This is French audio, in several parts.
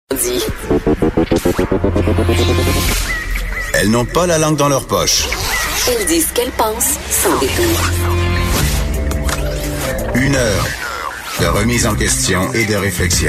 Dit. Elles n'ont pas la langue dans leur poche. Elles disent ce qu'elles pensent sans détour. 1 heure de remise en question et de réflexion.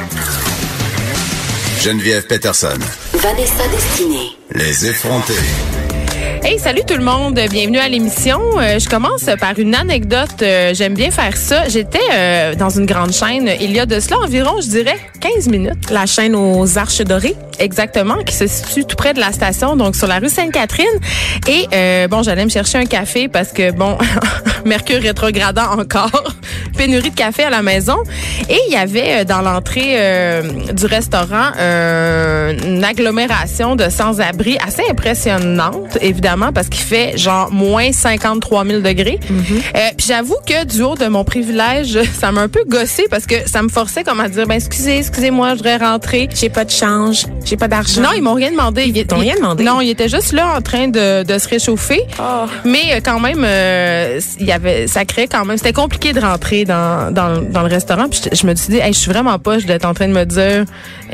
Geneviève Peterson. Vanessa Destinée. Les effrontés. Hey, salut tout le monde, bienvenue à l'émission. Je commence par une anecdote, j'aime bien faire ça. J'étais dans une grande chaîne il y a de cela environ, je dirais, 15 minutes. La chaîne aux Arches Dorées. Exactement, qui se situe tout près de la station, donc sur la rue Sainte-Catherine. Et j'allais me chercher un café parce que, Mercure rétrogradant encore, pénurie de café à la maison. Et il y avait dans l'entrée du restaurant une agglomération de sans-abri assez impressionnante, évidemment, parce qu'il fait genre moins 53 000 degrés. Mm-hmm. Puis j'avoue que du haut de mon privilège, ça m'a un peu gossé parce que ça me forçait comme à dire, excusez-moi, je voudrais rentrer. J'ai pas de change, j'ai pas d'argent. Non, ils m'ont rien demandé. Ils t'ont rien demandé? Non, ils étaient juste là en train de se réchauffer. Oh. Mais quand même, ça créait quand même, c'était compliqué de rentrer dans le restaurant. Puis je me suis dit, hey, je suis vraiment poche d'être en train de me dire,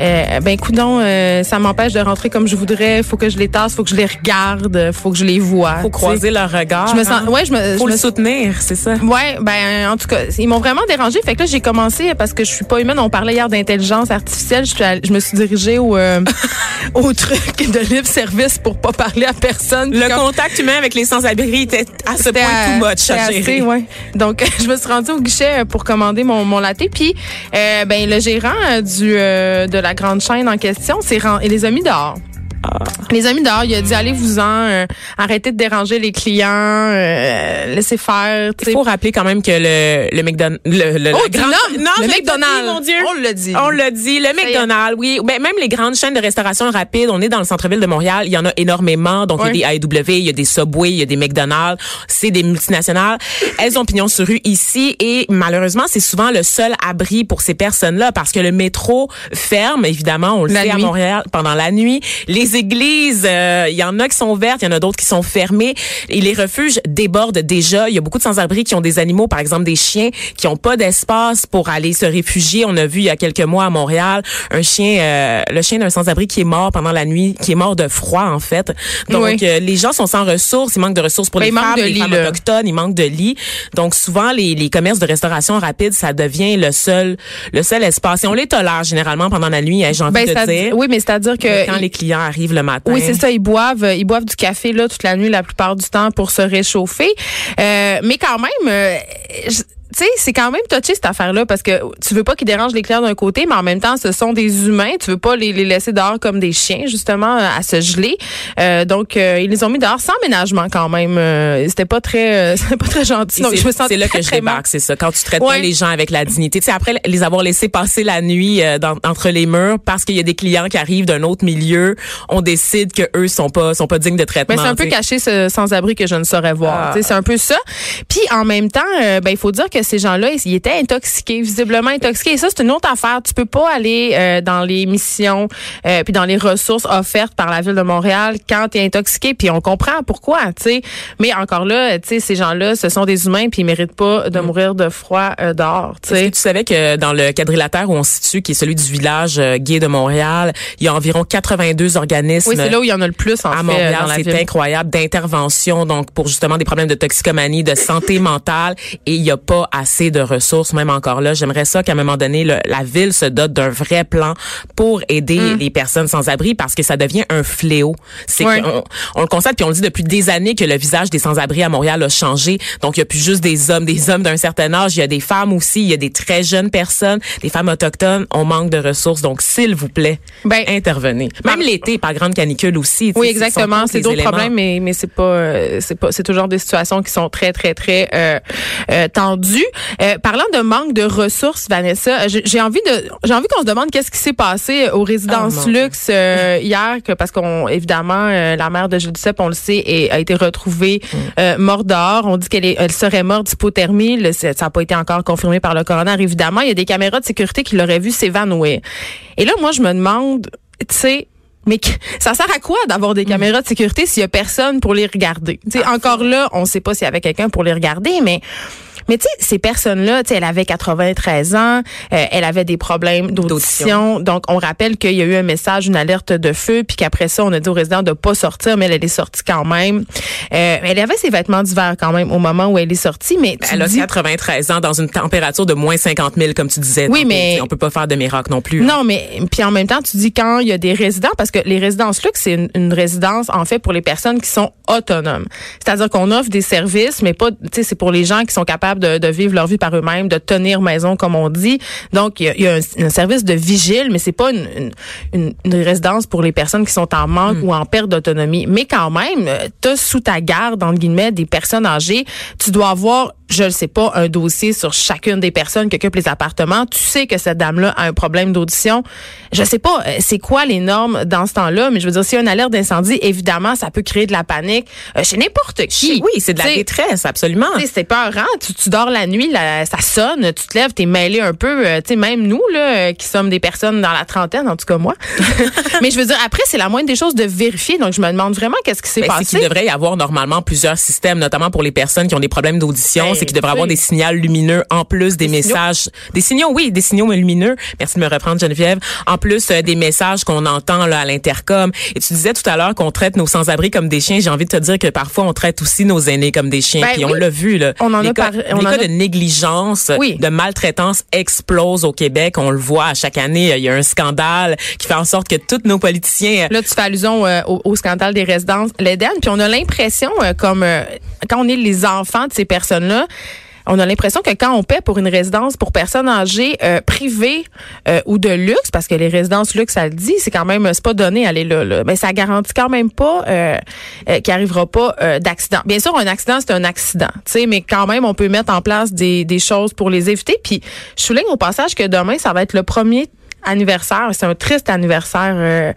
ça m'empêche de rentrer comme je voudrais. Faut que je les tasse, faut que je les regarde, faut que je les vois. Faut croiser leur regard. Je me sens, faut le soutenir, c'est ça. Ouais, en tout cas, ils m'ont vraiment dérangé. Fait que là, j'ai commencé parce que je suis pas humaine. On parlait hier d'intelligence artificielle. Je me suis dirigée au truc de libre service pour pas parler à personne. Le contact humain avec les sans-abri était à ce point too much à gérer. Ouais. Donc, je me suis rendue au guichet pour commander mon latte. Puis, le gérant de la grande chaîne en question, il les a mis dehors. Les amis dehors, il a dit allez-vous-en, arrêtez de déranger les clients, laissez faire. Il faut rappeler quand même que le McDonald's, le McDonald's, mon Dieu, on l'a dit. Le McDonald's, oui. Ben, même les grandes chaînes de restauration rapide, on est dans le centre-ville de Montréal, il y en a énormément. Donc il y a des AEW, il y a des Subway, il y a des McDonald's, c'est des multinationales. Elles ont pignon sur rue ici et malheureusement c'est souvent le seul abri pour ces personnes-là parce que le métro ferme, évidemment, on le sait à Montréal pendant la nuit. Les églises, il y en a qui sont ouvertes, il y en a d'autres qui sont fermées. Et les refuges débordent déjà. Il y a beaucoup de sans-abri qui ont des animaux, par exemple des chiens, qui ont pas d'espace pour aller se réfugier. On a vu il y a quelques mois à Montréal le chien d'un sans-abri qui est mort pendant la nuit, qui est mort de froid en fait. Donc les gens sont sans ressources, il manque de ressources pour les femmes autochtones, il manque de lits. Donc souvent les commerces de restauration rapide, ça devient le seul espace. Et on les tolère généralement pendand la nuit, j'ai envie de dire. Oui, mais c'est-à-dire que quand les clients arrivent le matin. Oui, c'est ça, ils boivent du café là toute la nuit la plupart du temps pour se réchauffer. Mais quand même tu sais, c'est quand même touché cette affaire-là parce que tu veux pas qu'ils dérangent les clients d'un côté, mais en même temps, ce sont des humains. Tu veux pas les laisser dehors comme des chiens, justement, à se geler. Donc, ils les ont mis dehors sans ménagement quand même. C'était pas très gentil. Donc, c'est là que je débarque, c'est ça. Quand tu traites pas les gens avec la dignité. Tu sais, après les avoir laissés passer la nuit entre les murs parce qu'il y a des clients qui arrivent d'un autre milieu, on décide que eux sont pas dignes de traitement. Mais c'est un peu caché ce sans-abri que je ne saurais voir. C'est un peu ça. Puis en même temps, il faut dire que ces gens-là, ils étaient intoxiqués, visiblement intoxiqués. Et ça, c'est une autre affaire. Tu peux pas aller dans les missions puis dans les ressources offertes par la Ville de Montréal quand tu es intoxiqué. Puis on comprend pourquoi, tu sais. Mais encore là, tu sais, ces gens-là, ce sont des humains puis ils méritent pas de mourir de froid dehors, tu sais. Est-ce que tu savais que dans le quadrilatère où on se situe, qui est celui du village gay de Montréal, il y a environ 82 organismes. Oui, c'est là où il y en a le plus, à Montréal, dans la ville. C'est incroyable, d'intervention, donc pour justement des problèmes de toxicomanie, de santé mentale. Et il y a pas assez de ressources, même encore là. J'aimerais ça qu'à un moment donné, la ville se dote d'un vrai plan pour aider les personnes sans abri parce que ça devient un fléau. C'est on le constate puis on le dit depuis des années que le visage des sans-abri à Montréal a changé. Donc il y a plus juste des hommes d'un certain âge, il y a des femmes aussi, il y a des très jeunes personnes, des femmes autochtones, on manque de ressources. Donc s'il vous plaît, intervenez. Même l'été, par grande canicule aussi. Oui, exactement, c'est d'autres problèmes mais c'est toujours des situations qui sont très très très tendues. Parlant de manque de ressources, Vanessa, j'ai envie qu'on se demande qu'est-ce qui s'est passé aux résidences luxe hier, parce qu'on évidemment la mère de Gilles Duceppe, on le sait, a été retrouvée morte dehors. On dit qu'elle serait morte d'hypothermie. Ça n'a pas été encore confirmé par le coroner. Évidemment, il y a des caméras de sécurité qui l'auraient vu s'évanouir. Et là, moi, je me demande, tu sais, mais ça sert à quoi d'avoir des caméras de sécurité s'il y a personne pour les regarder? Tu sais, encore là, on sait pas s'il y avait quelqu'un pour les regarder, mais Mais tu sais, ces personnes-là, tu sais, elle avait 93 ans, elle avait des problèmes d'audition. Donc, on rappelle qu'il y a eu un message, une alerte de feu, puis qu'après ça, on a dit aux résidents de pas sortir, mais elle est sortie quand même. Elle avait ses vêtements d'hiver quand même au moment où elle est sortie, mais elle a 93 ans dans une température de moins 50 000, comme tu disais. Oui, mais on peut pas faire de miracle non plus. Non, mais puis en même temps, tu dis quand il y a des résidents, parce que les résidences luxe, c'est une résidence en fait pour les personnes qui sont autonomes. C'est-à-dire qu'on offre des services, mais pas, tu sais, c'est pour les gens qui sont capables de vivre leur vie par eux-mêmes, de tenir maison comme on dit. Donc il y a un service de vigile, mais c'est pas une résidence pour les personnes qui sont en manque ou en perte d'autonomie. Mais quand même, t'as sous ta garde entre guillemets des personnes âgées. Tu dois avoir, je ne sais pas, un dossier sur chacune des personnes qui occupent les appartements. Tu sais que cette dame-là a un problème d'audition. Je sais pas c'est quoi les normes dans ce temps-là, mais je veux dire, s'il y a une alerte d'incendie, évidemment, ça peut créer de la panique chez n'importe qui. Oui, c'est de la détresse, absolument. C'est peurant. Tu dors la nuit, ça sonne, tu te lèves, t'es mêlé un peu. Tu sais, même nous, là, qui sommes des personnes dans la trentaine, en tout cas moi. Mais je veux dire, après, c'est la moindre des choses de vérifier. Donc, je me demande vraiment qu'est-ce qui s'est passé. C'est qu'il devrait y avoir normalement plusieurs systèmes, notamment pour les personnes qui ont des problèmes d'audition. C'est qu'il devrait avoir des signaux lumineux en plus des messages. Des signaux lumineux. Merci de me reprendre, Geneviève. En plus des messages qu'on entend là à l'intercom. Et tu disais tout à l'heure qu'on traite nos sans-abri comme des chiens. J'ai envie de te dire que parfois on traite aussi nos aînés comme des chiens. Puis on l'a vu là. Les cas de négligence, de maltraitance explosent au Québec. On le voit à chaque année. Il y a un scandale qui fait en sorte que tous nos politiciens. Là, tu fais allusion au scandale des résidences l'Éden. Puis on a l'impression, comme quand on est les enfants de ces personnes-là, on a l'impression que quand on paie pour une résidence pour personnes âgées privées ou de luxe, parce que les résidences luxe, ça le dit, c'est quand même, c'est pas donné aller là. Mais ça garantit quand même pas qu'il arrivera pas d'accident. Bien sûr, un accident, c'est un accident, tu sais, mais quand même, on peut mettre en place des choses pour les éviter. Puis, je souligne au passage que demain, ça va être le premier anniversaire, c'est un triste anniversaire.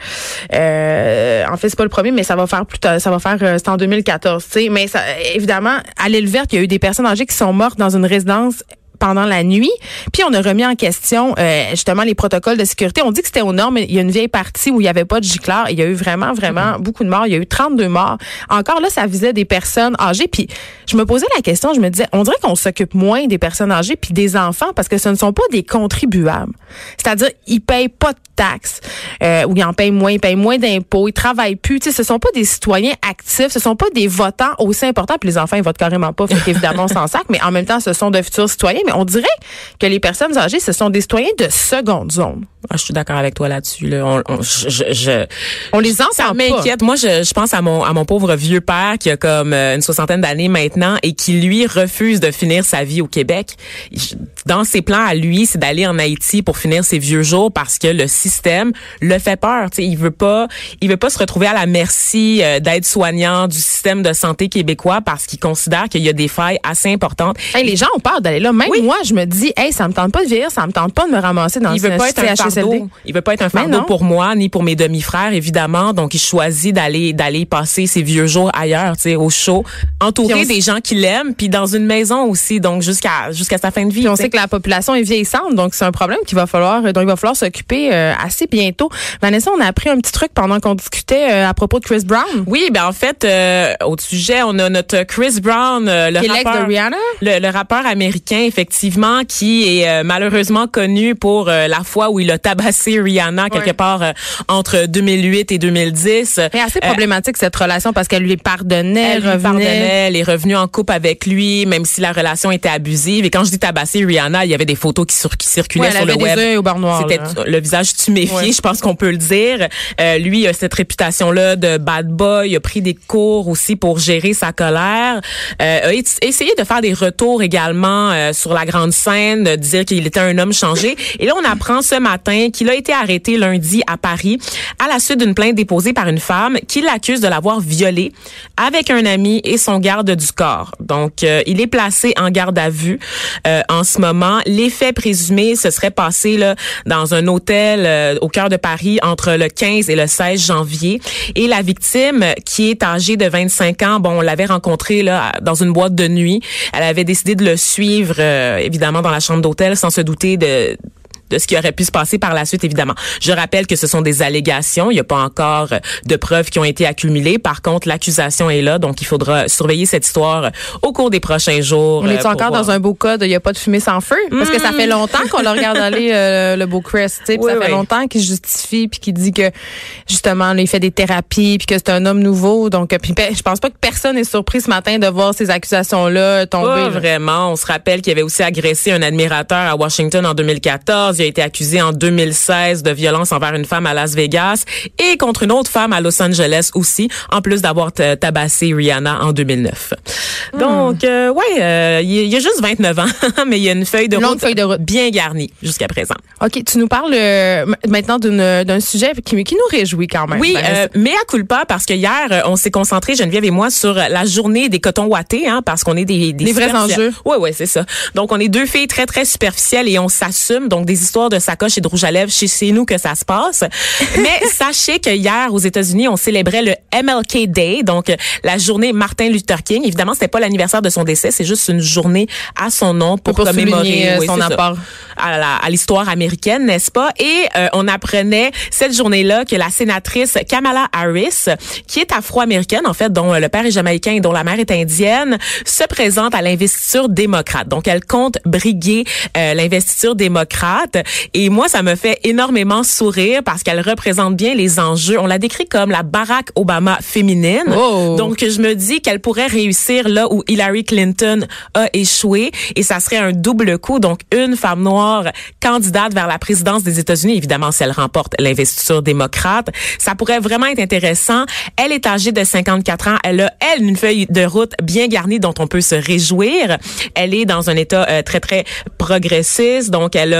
En fait, c'est pas le premier, mais ça va faire plus tard. Ça va faire, c'est en 2014, tu sais. Mais ça, évidemment, à l'île verte, il y a eu des personnes âgées qui sont mortes dans une résidence pendant la nuit. Puis on a remis en question justement les protocoles de sécurité. On dit que c'était aux normes, mais il y a une vieille partie où il y avait pas de gicleur. Il y a eu vraiment beaucoup de morts. Il y a eu 32 morts. Encore là, ça visait des personnes âgées. Puis je me posais la question, je me disais, on dirait qu'on s'occupe moins des personnes âgées puis des enfants parce que ce ne sont pas des contribuables. C'est-à-dire, ils payent pas de taxes ou ils en payent moins d'impôts, ils travaillent plus. Tu sais, ce sont pas des citoyens actifs, ce sont pas des votants aussi importants. Puis les enfants, ils votent carrément pas, fait qu'évidemment, on s'en sac. Mais en même temps, ce sont de futurs citoyens. Mais on dirait que les personnes âgées, ce sont des citoyens de seconde zone. Ah, je suis d'accord avec toi là-dessus. Là. On les entend pas. Ça m'inquiète. Moi, je pense à mon pauvre vieux père qui a comme une 60aine d'années maintenant et qui, lui, refuse de finir sa vie au Québec. Dans ses plans à lui, c'est d'aller en Haïti pour finir ses vieux jours parce que le système le fait peur. Tu sais, il veut pas se retrouver à la merci d'aide-soignants du système de santé québécois parce qu'il considère qu'il y a des failles assez importantes. Hey, les gens ont peur d'aller là. Même moi, je me dis, hey, ça me tente pas de vieillir, ça me tente pas de me ramasser dans Il veut pas être un fardeau. Il veut pas être un fardeau pour moi ni pour mes demi-frères évidemment. Donc il choisit d'aller passer ses vieux jours ailleurs, tu sais, au chaud, entouré des gens qui l'aiment, puis dans une maison aussi. Donc jusqu'à sa fin de vie. Puis on sait que la population est vieillissante, donc c'est un problème dont il va falloir s'occuper assez bientôt. Vanessa, on a appris un petit truc pendant qu'on discutait à propos de Chris Brown. Oui, ben en fait, au sujet, on a notre Chris Brown, le rappeur de Rihanna, le rappeur américain effectivement, qui est malheureusement connu pour la fois où il a tabassé Rihanna quelque part entre 2008 et 2010. C'est assez problématique cette relation parce qu'elle lui pardonnait, elle est revenue en couple avec lui, même si la relation était abusive. Et quand je dis tabasser Rihanna, il y avait des photos qui circulaient sur le web. Elle avait des yeux au beurre noir. C'était le visage tuméfié, je pense qu'on peut le dire. Lui, il a cette réputation-là de bad boy. Il a pris des cours aussi pour gérer sa colère. A essayé de faire des retours également sur la grande scène, de dire qu'il était un homme changé. Et là, on apprend ce matin qu'il a été arrêté lundi à Paris à la suite d'une plainte déposée par une femme qui l'accuse de l'avoir violé avec un ami et son garde du corps. Donc, il est placé en garde à vue en ce moment. Les faits présumés se seraient passés là, dans un hôtel au cœur de Paris entre le 15 et le 16 janvier. Et la victime, qui est âgée de 25 ans, on l'avait rencontrée là, dans une boîte de nuit. Elle avait décidé de le suivre, évidemment, dans la chambre d'hôtel sans se douter de ce qui aurait pu se passer par la suite, évidemment. Je rappelle que ce sont des allégations. Il n'y a pas encore de preuves qui ont été accumulées. Par contre, l'accusation est là, donc il faudra surveiller cette histoire au cours des prochains jours. On est encore dans un beau cas de il n'y a pas de fumée sans feu? Parce que ça fait longtemps qu'on le regarde aller, le beau Chris. Ça fait longtemps qu'il justifie puis qu'il dit que, justement, là, il fait des thérapies puis que c'est un homme nouveau. Donc, puis je pense pas que personne est surpris ce matin de voir ces accusations-là tomber. Pas vraiment. On se rappelle qu'il avait aussi agressé un admirateur à Washington en 2014. Il a été accusé en 2016 de violence envers une femme à Las Vegas et contre une autre femme à Los Angeles aussi, en plus d'avoir tabassé Rihanna en 2009. Donc, il y a juste 29 ans, mais il y a une feuille de route bien garnie jusqu'à présent. OK, tu nous parles maintenant d'un sujet qui nous réjouit quand même. Oui, mea culpa, parce que hier, on s'est concentré, Geneviève et moi, sur la journée des cotons ouatés, parce qu'on est des vrais enjeux. Oui, c'est ça. Donc, on est deux filles très, très superficielles et on s'assume. Donc, des histoires de sacoche et de rouge à lèvres, c'est nous que ça se passe. Mais sachez que hier, aux États-Unis, on célébrait le MLK Day, donc la journée Martin Luther King. Évidemment, c'était pas l'anniversaire de son décès, c'est juste une journée à son nom pour commémorer son apport à l'histoire américaine, n'est-ce pas? Et on apprenait cette journée-là que la sénatrice Kamala Harris, qui est afro-américaine en fait, dont le père est jamaïcain et dont la mère est indienne, se présente à l'investiture démocrate. Donc elle compte briguer l'investiture démocrate. Et moi, ça me fait énormément sourire parce qu'elle représente bien les enjeux. On la décrit comme la Barack Obama féminine. Oh. Donc je me dis qu'elle pourrait réussir là où Hillary Clinton a échoué et ça serait un double coup. Donc une femme noire candidate vers la présidence des États-Unis, évidemment si elle remporte l'investiture démocrate, ça pourrait vraiment être intéressant. Elle est âgée de 54 ans. Elle a, une feuille de route bien garnie dont on peut se réjouir. Elle est dans un état très, très progressiste. Donc, elle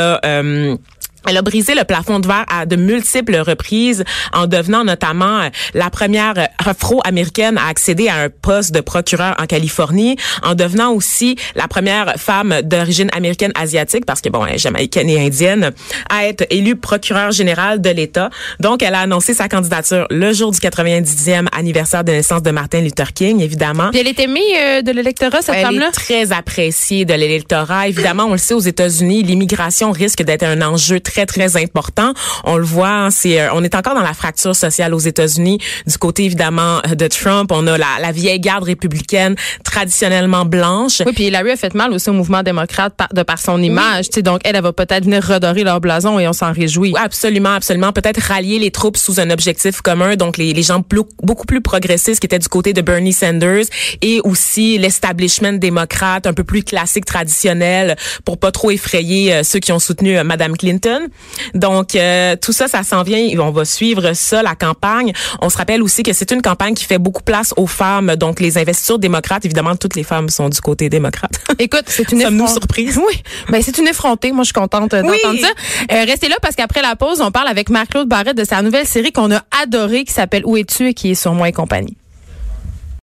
a brisé le plafond de verre à de multiples reprises en devenant notamment la première afro-américaine à accéder à un poste de procureur en Californie, en devenant aussi la première femme d'origine américaine asiatique, parce que bon, elle est jamaïcaine et indienne, à être élue procureure générale de l'État. Donc, elle a annoncé sa candidature le jour du 90e anniversaire de naissance de Martin Luther King, évidemment. Puis elle est aimée de l'électorat, cette femme-là? Elle est très appréciée de l'électorat. Évidemment, on le sait, aux États-Unis, l'immigration risque d'être un enjeu très, très important. On le voit, on est encore dans la fracture sociale aux États-Unis. Du côté, évidemment, de Trump, on a la vieille garde républicaine traditionnellement blanche. Oui, puis Hillary a fait mal aussi au mouvement démocrate de par son image. Oui. Donc, elle va peut-être venir redorer leur blason et on s'en réjouit. Oui, absolument, absolument. Peut-être rallier les troupes sous un objectif commun. Donc, les gens beaucoup plus progressistes qui étaient du côté de Bernie Sanders et aussi l'establishment démocrate un peu plus classique, traditionnel, pour pas trop effrayer ceux qui ont soutenu Madame Clinton. Donc, tout ça, ça s'en vient. On va suivre ça, la campagne. On se rappelle aussi que c'est une campagne qui fait beaucoup place aux femmes. Donc, les investitures démocrates, évidemment, toutes les femmes sont du côté démocrate. Écoute, c'est une Sommes-nous surprises? Oui. Ben, c'est une effrontée. Moi, je suis contente d'entendre ça. Restez là parce qu'après la pause, on parle avec Marc-Claude Barrette de sa nouvelle série qu'on a adorée qui s'appelle Où es-tu et qui est sur Moi et compagnie.